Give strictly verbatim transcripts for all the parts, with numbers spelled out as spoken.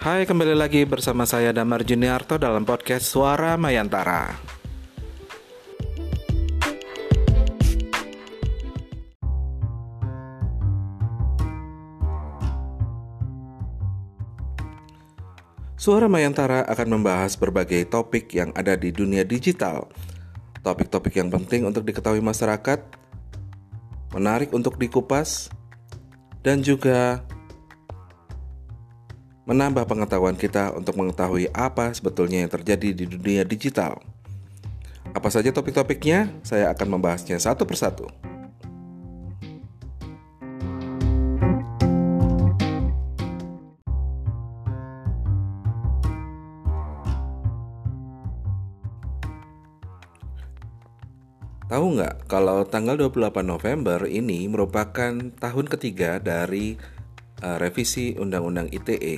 Hai, kembali lagi bersama saya Damar Juniarto dalam podcast Suara Mayantara. Suara Mayantara akan membahas berbagai topik yang ada di dunia digital. Topik-topik yang penting untuk diketahui masyarakat, menarik untuk dikupas, dan juga menambah pengetahuan kita untuk mengetahui apa sebetulnya yang terjadi di dunia digital. Apa saja topik-topiknya? Saya akan membahasnya satu persatu. Tahu nggak kalau tanggal dua puluh delapan November ini merupakan tahun ketiga dari uh, revisi Undang-Undang I T E.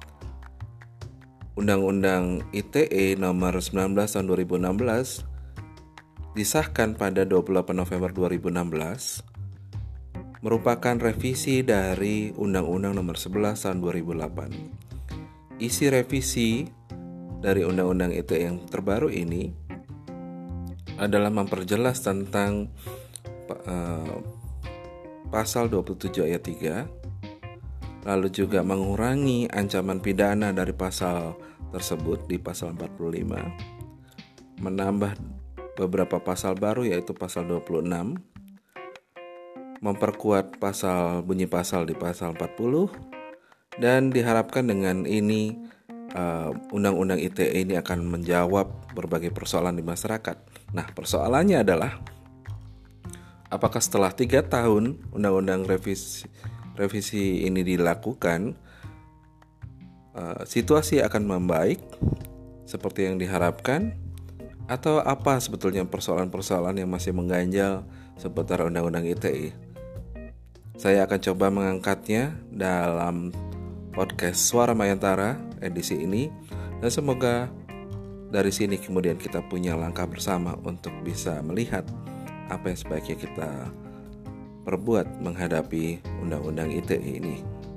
Undang-Undang I T E nomor sembilan belas tahun dua ribu enam belas disahkan pada dua puluh delapan November dua ribu enam belas, merupakan revisi dari Undang-Undang nomor sebelas tahun dua ribu delapan. Isi revisi dari Undang-Undang I T E yang terbaru ini adalah memperjelas tentang uh, pasal dua puluh tujuh ayat tiga, lalu juga mengurangi ancaman pidana dari pasal tersebut di pasal empat puluh lima, menambah beberapa pasal baru yaitu pasal dua puluh enam, memperkuat pasal bunyi pasal di pasal empat puluh, dan diharapkan dengan ini uh, Undang-Undang I T E ini akan menjawab berbagai persoalan di masyarakat. Nah, persoalannya adalah apakah setelah tiga tahun Undang-Undang revisi revisi ini dilakukan, uh, situasi akan membaik seperti yang diharapkan, atau apa sebetulnya persoalan-persoalan yang masih mengganjal seputar Undang-Undang I T E. Saya akan coba mengangkatnya dalam podcast Suara Mayantara edisi ini, dan semoga dari sini kemudian kita punya langkah bersama untuk bisa melihat apa yang sebaiknya kita perbuat menghadapi Undang-Undang I T E ini.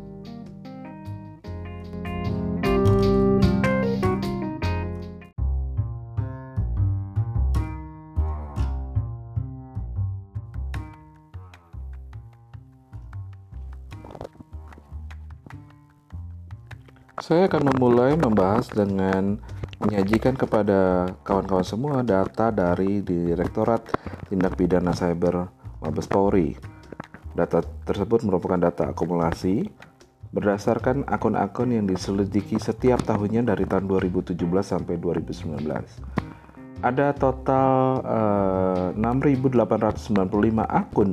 Saya akan memulai membahas dengan menyajikan kepada kawan-kawan semua data dari Direktorat Tindak Pidana Cyber Mabes Polri. Data tersebut merupakan data akumulasi berdasarkan akun-akun yang diselidiki setiap tahunnya dari tahun dua ribu tujuh belas sampai dua ribu sembilan belas. Ada total uh, enam ribu delapan ratus sembilan puluh lima akun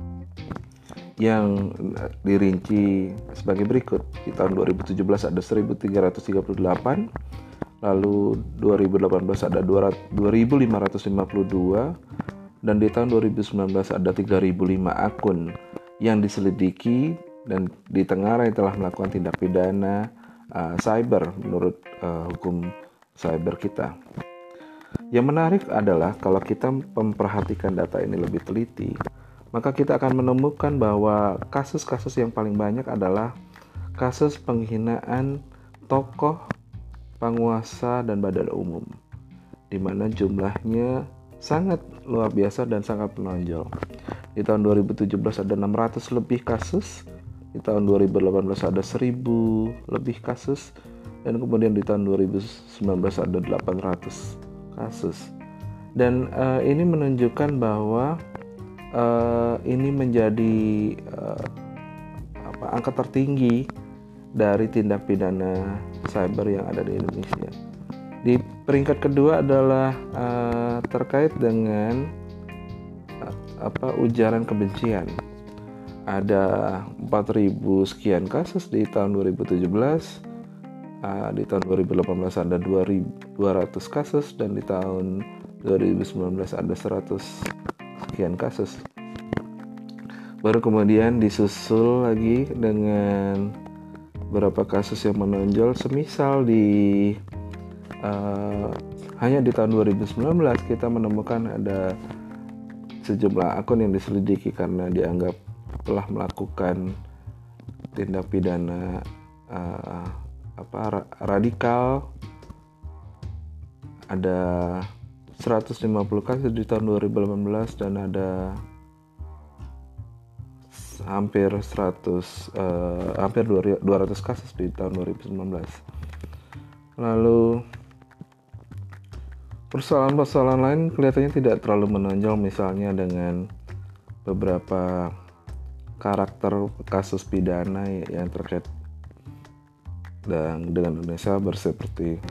yang dirinci sebagai berikut. Di tahun dua ribu tujuh belas ada seribu tiga ratus tiga puluh delapan, lalu dua ribu delapan belas ada dua ribu lima ratus lima puluh dua, dan di tahun dua ribu sembilan belas ada tiga ribu lima akun yang diselidiki dan ditengarai telah melakukan tindak pidana uh, cyber menurut uh, hukum cyber kita. Yang menarik adalah kalau kita memperhatikan data ini lebih teliti, maka kita akan menemukan bahwa kasus-kasus yang paling banyak adalah kasus penghinaan tokoh, penguasa, dan badan umum, di mana jumlahnya sangat luar biasa dan sangat menonjol. Di tahun dua ribu tujuh belas ada enam ratus lebih kasus, di tahun dua ribu delapan belas ada seribu lebih kasus, dan kemudian di tahun dua ribu sembilan belas ada delapan ratus kasus. Dan uh, ini menunjukkan bahwa uh, ini menjadi uh, apa, angka tertinggi dari tindak pidana cyber yang ada di Indonesia. Di peringkat kedua adalah uh, terkait dengan uh, apa ujaran kebencian. Ada empat ribu sekian kasus di tahun dua ribu tujuh belas. Uh, di tahun dua ribu delapan belas ada dua ribu dua ratus kasus, dan di tahun dua ribu sembilan belas ada seratus sekian kasus. Baru kemudian disusul lagi dengan beberapa kasus yang menonjol, semisal di uh, hanya di tahun dua ribu sembilan belas kita menemukan ada sejumlah akun yang diselidiki karena dianggap telah melakukan tindak pidana uh, apa radikal ada seratus lima puluh kasus di tahun dua ribu delapan belas dan ada hampir seratus uh, hampir dua ratus kasus di tahun dua ribu sembilan belas. Lalu persoalan-persoalan lain kelihatannya tidak terlalu menonjol, misalnya dengan beberapa karakter kasus pidana yang terkait dan dengan Indonesia seperti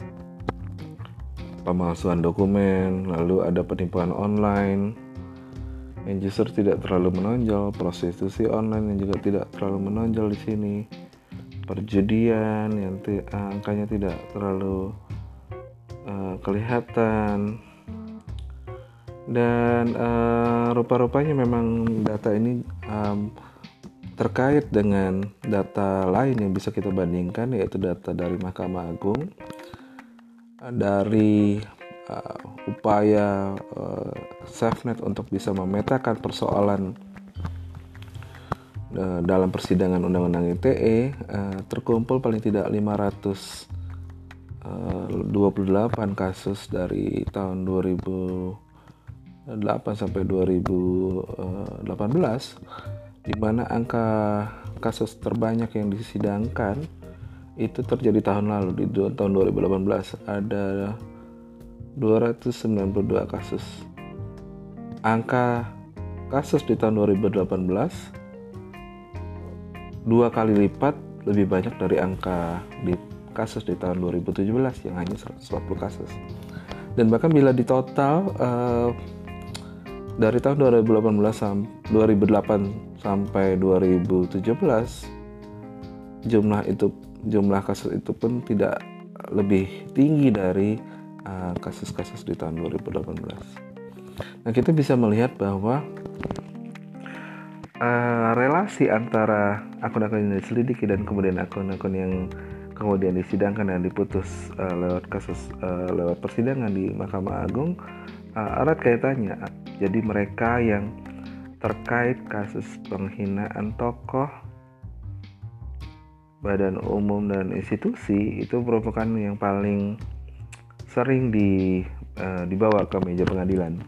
pemalsuan dokumen, lalu ada penipuan online yang justru tidak terlalu menonjol, prostitusi online yang juga tidak terlalu menonjol di sini, perjudian yang t- angkanya tidak terlalu uh, kelihatan, dan uh, rupa-rupanya memang data ini um, terkait dengan data lain yang bisa kita bandingkan, yaitu data dari Mahkamah Agung, dari uh, upaya uh, SafeNet untuk bisa memetakan persoalan uh, dalam persidangan Undang-Undang I T E, uh, terkumpul paling tidak lima ratus dua puluh delapan kasus dari tahun dua ribu delapan sampai dua ribu delapan belas, di mana angka kasus terbanyak yang disidangkan itu terjadi tahun lalu. Di tahun dua ribu delapan belas ada dua ratus sembilan puluh dua kasus. Angka kasus di tahun dua ribu delapan belas dua kali lipat lebih banyak dari angka di kasus di tahun dua ribu tujuh belas yang hanya seratus empat puluh kasus. Dan bahkan bila ditotal uh, dari tahun dua ribu delapan belas sampai dua ribu delapan sampai dua ribu tujuh belas, jumlah itu jumlah kasus itu pun tidak lebih tinggi dari uh, kasus-kasus di tahun dua ribu delapan belas. Nah, kita bisa melihat bahwa uh, relasi antara akun-akun yang diselidiki dan kemudian akun-akun yang kemudian disidangkan dan diputus uh, lewat kasus uh, lewat persidangan di Mahkamah Agung uh, erat kaitannya. Jadi mereka yang terkait kasus penghinaan tokoh, badan umum dan institusi itu merupakan yang paling sering di, uh, dibawa ke meja pengadilan.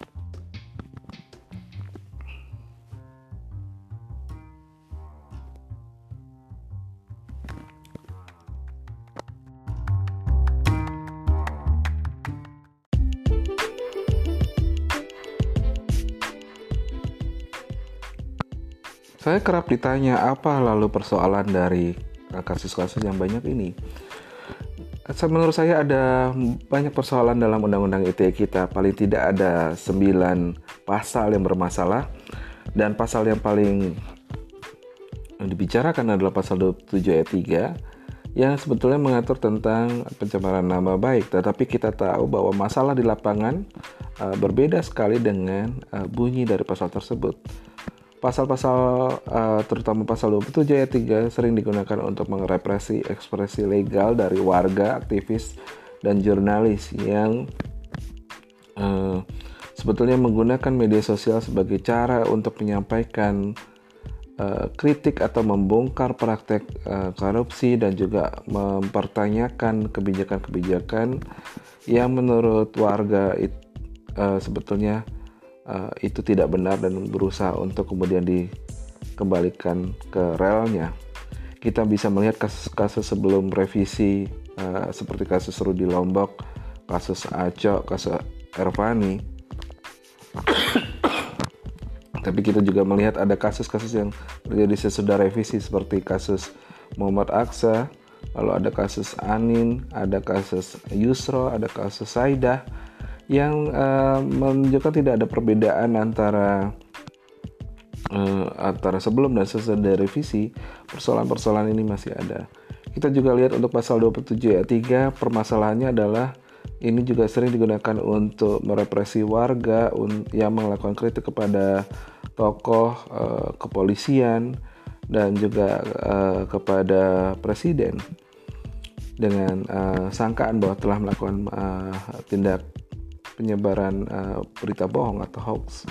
Saya kerap ditanya apa lalu persoalan dari kasus-kasus yang banyak ini. Menurut saya ada banyak persoalan dalam Undang-Undang I T E kita. Paling tidak ada sembilan pasal yang bermasalah, dan pasal yang paling dibicarakan adalah pasal dua puluh tujuh ayat tiga yang sebetulnya mengatur tentang pencemaran nama baik. Tetapi kita tahu bahwa masalah di lapangan uh, berbeda sekali dengan uh, bunyi dari pasal tersebut. Pasal-pasal uh, terutama pasal dua puluh tujuh ayat tiga sering digunakan untuk merepresi ekspresi legal dari warga, aktivis, dan jurnalis yang uh, sebetulnya menggunakan media sosial sebagai cara untuk menyampaikan uh, kritik atau membongkar praktek uh, korupsi dan juga mempertanyakan kebijakan-kebijakan yang menurut warga it, uh, sebetulnya Uh, itu tidak benar dan berusaha untuk kemudian dikembalikan ke relnya. Kita bisa melihat kasus-kasus sebelum revisi uh, seperti kasus Rudy Lombok, kasus Aco, kasus Ervani. Tapi kita juga melihat ada kasus-kasus yang terjadi sesudah revisi seperti kasus Muhammad Aksa, lalu ada kasus Anin, ada kasus Yusro, ada kasus Saidah, yang uh, menunjukkan tidak ada perbedaan antara uh, antara sebelum dan sesudah revisi. Persoalan-persoalan ini masih ada. Kita juga lihat untuk pasal dua puluh tujuh ayat tiga, permasalahannya adalah ini juga sering digunakan untuk merepresi warga yang melakukan kritik kepada tokoh uh, kepolisian dan juga uh, kepada presiden dengan uh, sangkaan bahwa telah melakukan uh, tindak penyebaran uh, berita bohong atau hoax.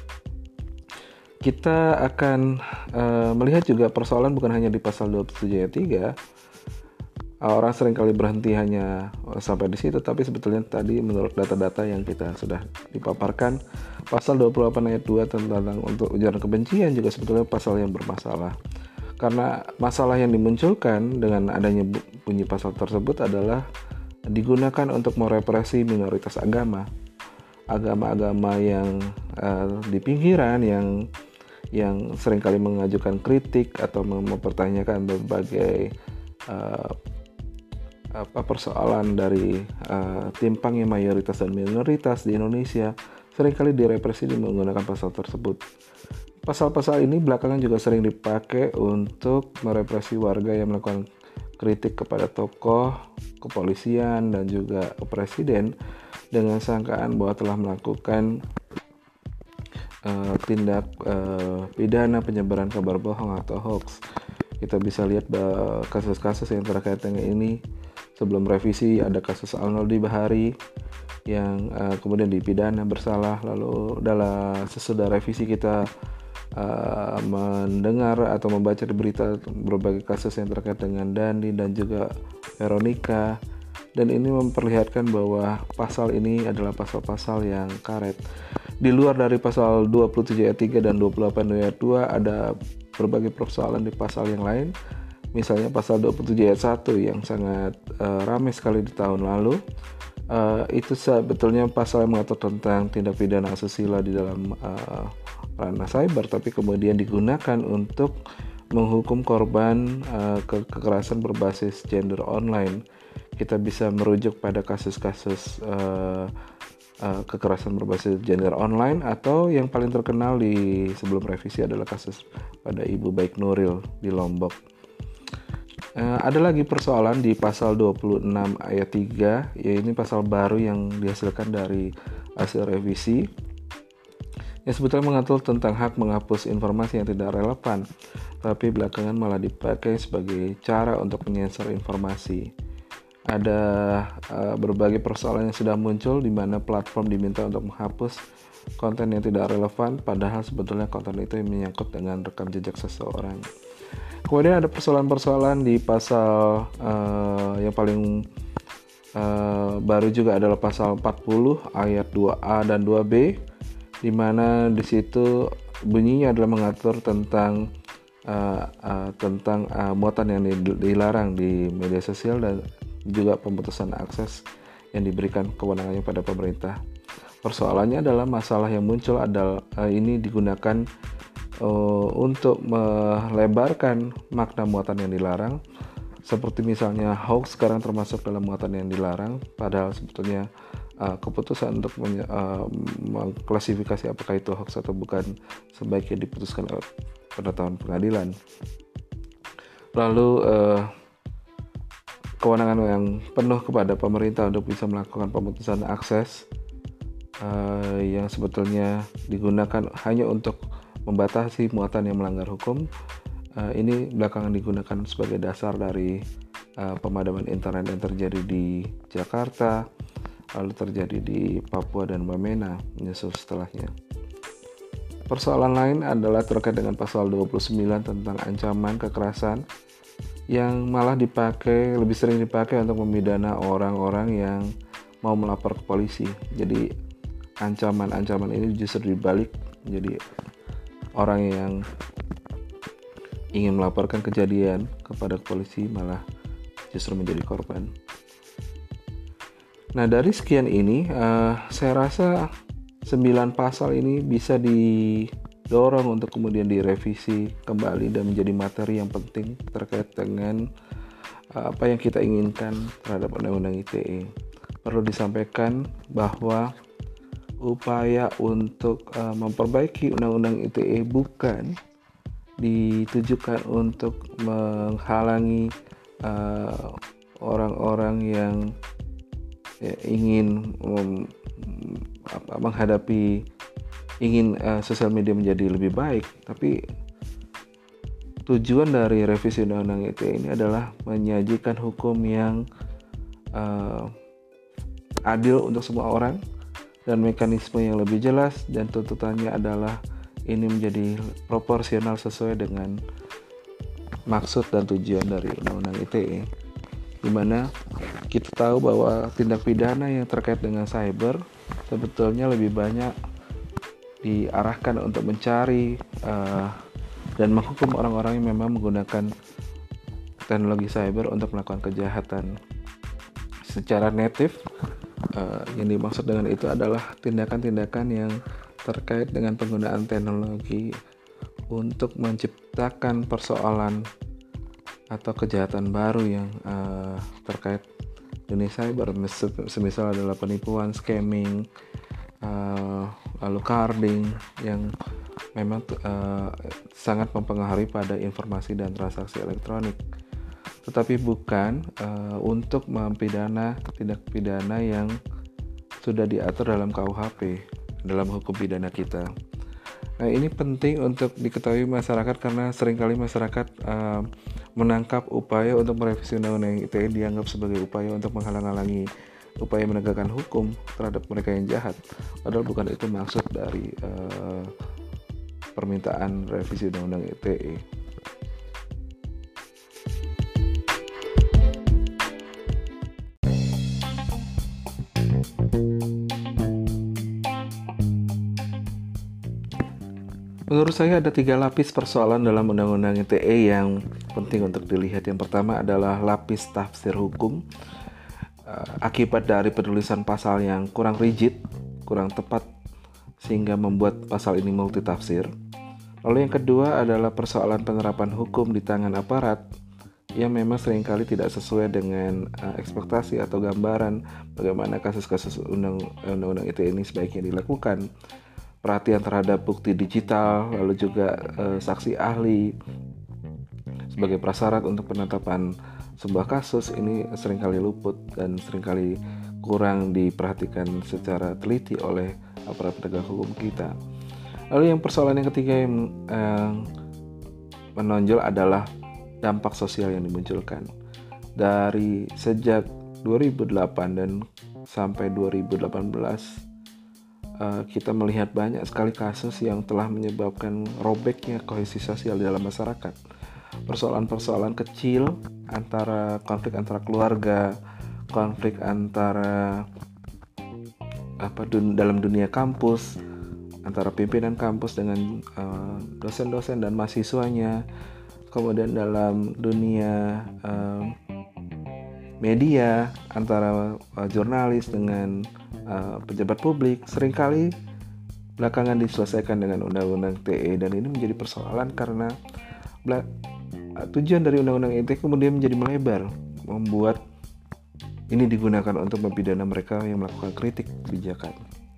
Kita akan uh, melihat juga persoalan bukan hanya di pasal dua puluh tujuh ayat tiga, orang seringkali berhenti hanya sampai di situ, tapi sebetulnya tadi menurut data-data yang kita sudah dipaparkan, pasal dua puluh delapan ayat dua tentang untuk ujaran kebencian juga sebetulnya pasal yang bermasalah. Karena masalah yang dimunculkan dengan adanya bunyi pasal tersebut adalah digunakan untuk merepresi minoritas agama. Agama-agama yang uh, di pinggiran yang yang seringkali mengajukan kritik atau mempertanyakan berbagai uh, apa persoalan dari uh, timpangnya mayoritas dan minoritas di Indonesia, seringkali direpresi dengan menggunakan pasal tersebut. Pasal-pasal ini belakangan juga sering dipakai untuk merepresi warga yang melakukan kritik kepada tokoh, kepolisian, dan juga presiden dengan sangkaan bahwa telah melakukan uh, tindak uh, pidana penyebaran kabar bohong atau hoax. Kita bisa lihat bahwa kasus-kasus yang terkait dengan ini sebelum revisi ada kasus Alnoldi Bahari yang uh, kemudian dipidana bersalah, lalu dalam sesudah revisi kita uh, mendengar atau membaca di berita berbagai kasus yang terkait dengan Dandi dan juga Veronica. Dan ini memperlihatkan bahwa pasal ini adalah pasal-pasal yang karet. Di luar dari pasal dua puluh tujuh ayat tiga dan dua puluh delapan ayat dua ada berbagai persoalan di pasal yang lain. Misalnya pasal dua puluh tujuh ayat satu yang sangat uh, ramai sekali di tahun lalu. Uh, itu sebetulnya pasal yang mengatur tentang tindak pidana asusila di dalam uh, ranah cyber, tapi kemudian digunakan untuk menghukum korban uh, ke- kekerasan berbasis gender online. Kita bisa merujuk pada kasus-kasus uh, uh, kekerasan berbasis gender online, atau yang paling terkenal di sebelum revisi adalah kasus pada Ibu Baik Nuril di Lombok. Uh, ada lagi persoalan di pasal dua puluh enam ayat tiga, yaitu pasal baru yang dihasilkan dari hasil revisi yang sebetulnya mengatur tentang hak menghapus informasi yang tidak relevan, tapi belakangan malah dipakai sebagai cara untuk menyensor informasi. Ada uh, berbagai persoalan yang sudah muncul di mana platform diminta untuk menghapus konten yang tidak relevan, padahal sebetulnya konten itu yang menyangkut dengan rekam jejak seseorang. Kemudian ada persoalan-persoalan di pasal uh, yang paling uh, baru juga adalah pasal empat puluh ayat dua A dan dua B, di mana di situ bunyinya adalah mengatur tentang uh, uh, tentang uh, muatan yang dilarang di media sosial dan juga pemutusan akses yang diberikan kewenangannya pada pemerintah. Persoalannya adalah masalah yang muncul adalah uh, ini digunakan uh, untuk melebarkan makna muatan yang dilarang, seperti misalnya hoax sekarang termasuk dalam muatan yang dilarang, padahal sebetulnya uh, keputusan untuk menye- uh, mengklasifikasi apakah itu hoax atau bukan sebaiknya diputuskan oleh penetapan pengadilan. Lalu uh, kewenangan yang penuh kepada pemerintah untuk bisa melakukan pemutusan akses uh, yang sebetulnya digunakan hanya untuk membatasi muatan yang melanggar hukum. Uh, ini belakangan digunakan sebagai dasar dari uh, pemadaman internet yang terjadi di Jakarta, lalu terjadi di Papua dan Wamena menyusul setelahnya. Persoalan lain adalah terkait dengan pasal dua puluh sembilan tentang ancaman kekerasan, yang malah dipakai, lebih sering dipakai untuk memidana orang-orang yang mau melapor ke polisi. Jadi ancaman-ancaman ini justru dibalik, jadi orang yang ingin melaporkan kejadian kepada polisi malah justru menjadi korban. Nah, dari sekian ini uh, saya rasa sembilan pasal ini bisa didorong untuk kemudian direvisi kembali dan menjadi materi yang penting terkait dengan uh, apa yang kita inginkan terhadap Undang-Undang I T E. Perlu disampaikan bahwa upaya untuk uh, memperbaiki Undang-Undang I T E bukan ditujukan untuk menghalangi uh, orang-orang yang ya, ingin um, apa, menghadapi ingin uh, sosial media menjadi lebih baik, tapi tujuan dari revisi Undang-Undang I T E ini adalah menyajikan hukum yang uh, adil untuk semua orang dan mekanisme yang lebih jelas, dan tuntutannya adalah ini menjadi proporsional sesuai dengan maksud dan tujuan dari Undang-Undang I T E. di mana kita tahu bahwa tindak pidana yang terkait dengan cyber sebetulnya lebih banyak diarahkan untuk mencari uh, dan menghukum orang-orang yang memang menggunakan teknologi cyber untuk melakukan kejahatan secara native. Uh, yang dimaksud dengan itu adalah tindakan-tindakan yang terkait dengan penggunaan teknologi untuk menciptakan persoalan atau kejahatan baru yang uh, terkait dunia cyber, semisal adalah penipuan, scamming, uh, lalu carding yang memang uh, sangat mempengaruhi pada informasi dan transaksi elektronik, tetapi bukan uh, untuk mempidana tindak pidana yang sudah diatur dalam K U H P, dalam hukum pidana kita. Nah, ini penting untuk diketahui masyarakat karena seringkali masyarakat uh, menangkap upaya untuk merevisi Undang-Undang I T E dianggap sebagai upaya untuk menghalang-halangi upaya menegakkan hukum terhadap mereka yang jahat. Padahal bukan itu maksud dari uh, permintaan revisi Undang-Undang I T E. Menurut saya ada tiga lapis persoalan dalam Undang-Undang I T E yang penting untuk dilihat. Yang pertama adalah lapis tafsir hukum, uh, akibat dari penulisan pasal yang kurang rigid, kurang tepat, sehingga membuat pasal ini multitafsir. Lalu yang kedua adalah persoalan penerapan hukum di tangan aparat yang memang seringkali tidak sesuai dengan uh, ekspektasi atau gambaran bagaimana kasus-kasus Undang-Undang I T E ini sebaiknya dilakukan. Perhatian terhadap bukti digital, lalu juga eh, saksi ahli sebagai prasyarat untuk penetapan sebuah kasus ini seringkali luput dan seringkali kurang diperhatikan secara teliti oleh aparat penegak hukum kita. Lalu yang persoalan yang ketiga yang eh, menonjol adalah dampak sosial yang dimunculkan. Dari sejak dua ribu delapan dan sampai dua ribu delapan belas Uh, kita melihat banyak sekali kasus yang telah menyebabkan robeknya kohesi sosial di dalam masyarakat. Persoalan-persoalan kecil antara konflik antara keluarga, konflik antara apa dun, dalam dunia kampus, antara pimpinan kampus dengan uh, dosen-dosen dan mahasiswanya, kemudian dalam dunia uh, media antara uh, jurnalis dengan Uh, pejabat publik, seringkali belakangan diselesaikan dengan Undang-Undang I T E, dan ini menjadi persoalan karena bela- tujuan dari Undang-Undang I T E kemudian menjadi melebar, membuat ini digunakan untuk mempidana mereka yang melakukan kritik kebijakan.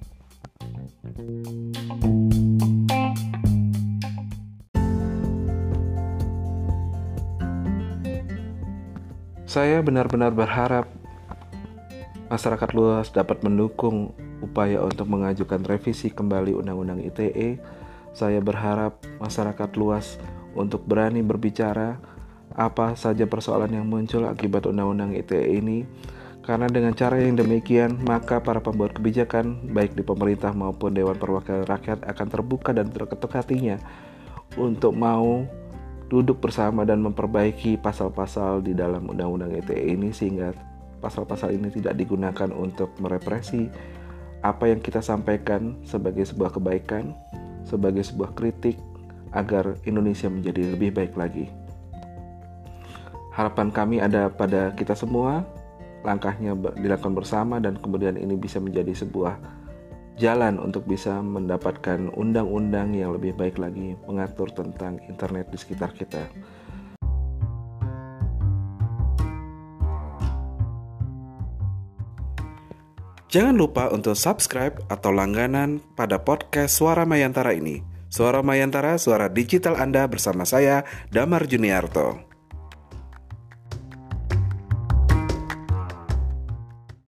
Saya benar-benar berharap masyarakat luas dapat mendukung upaya untuk mengajukan revisi kembali Undang-Undang I T E. Saya berharap masyarakat luas untuk berani berbicara apa saja persoalan yang muncul akibat Undang-Undang I T E ini. Karena dengan cara yang demikian, maka para pembuat kebijakan, baik di pemerintah maupun Dewan Perwakilan Rakyat akan terbuka dan terketuk hatinya untuk mau duduk bersama dan memperbaiki pasal-pasal di dalam Undang-Undang I T E ini, sehingga pasal-pasal ini tidak digunakan untuk merepresi apa yang kita sampaikan sebagai sebuah kebaikan, sebagai sebuah kritik agar Indonesia menjadi lebih baik lagi. Harapan kami ada pada kita semua, langkahnya dilakukan bersama dan kemudian ini bisa menjadi sebuah jalan untuk bisa mendapatkan undang-undang yang lebih baik lagi mengatur tentang internet di sekitar kita. Jangan lupa untuk subscribe atau langganan pada podcast Suara Mayantara ini. Suara Mayantara, suara digital Anda bersama saya, Damar Juniarto.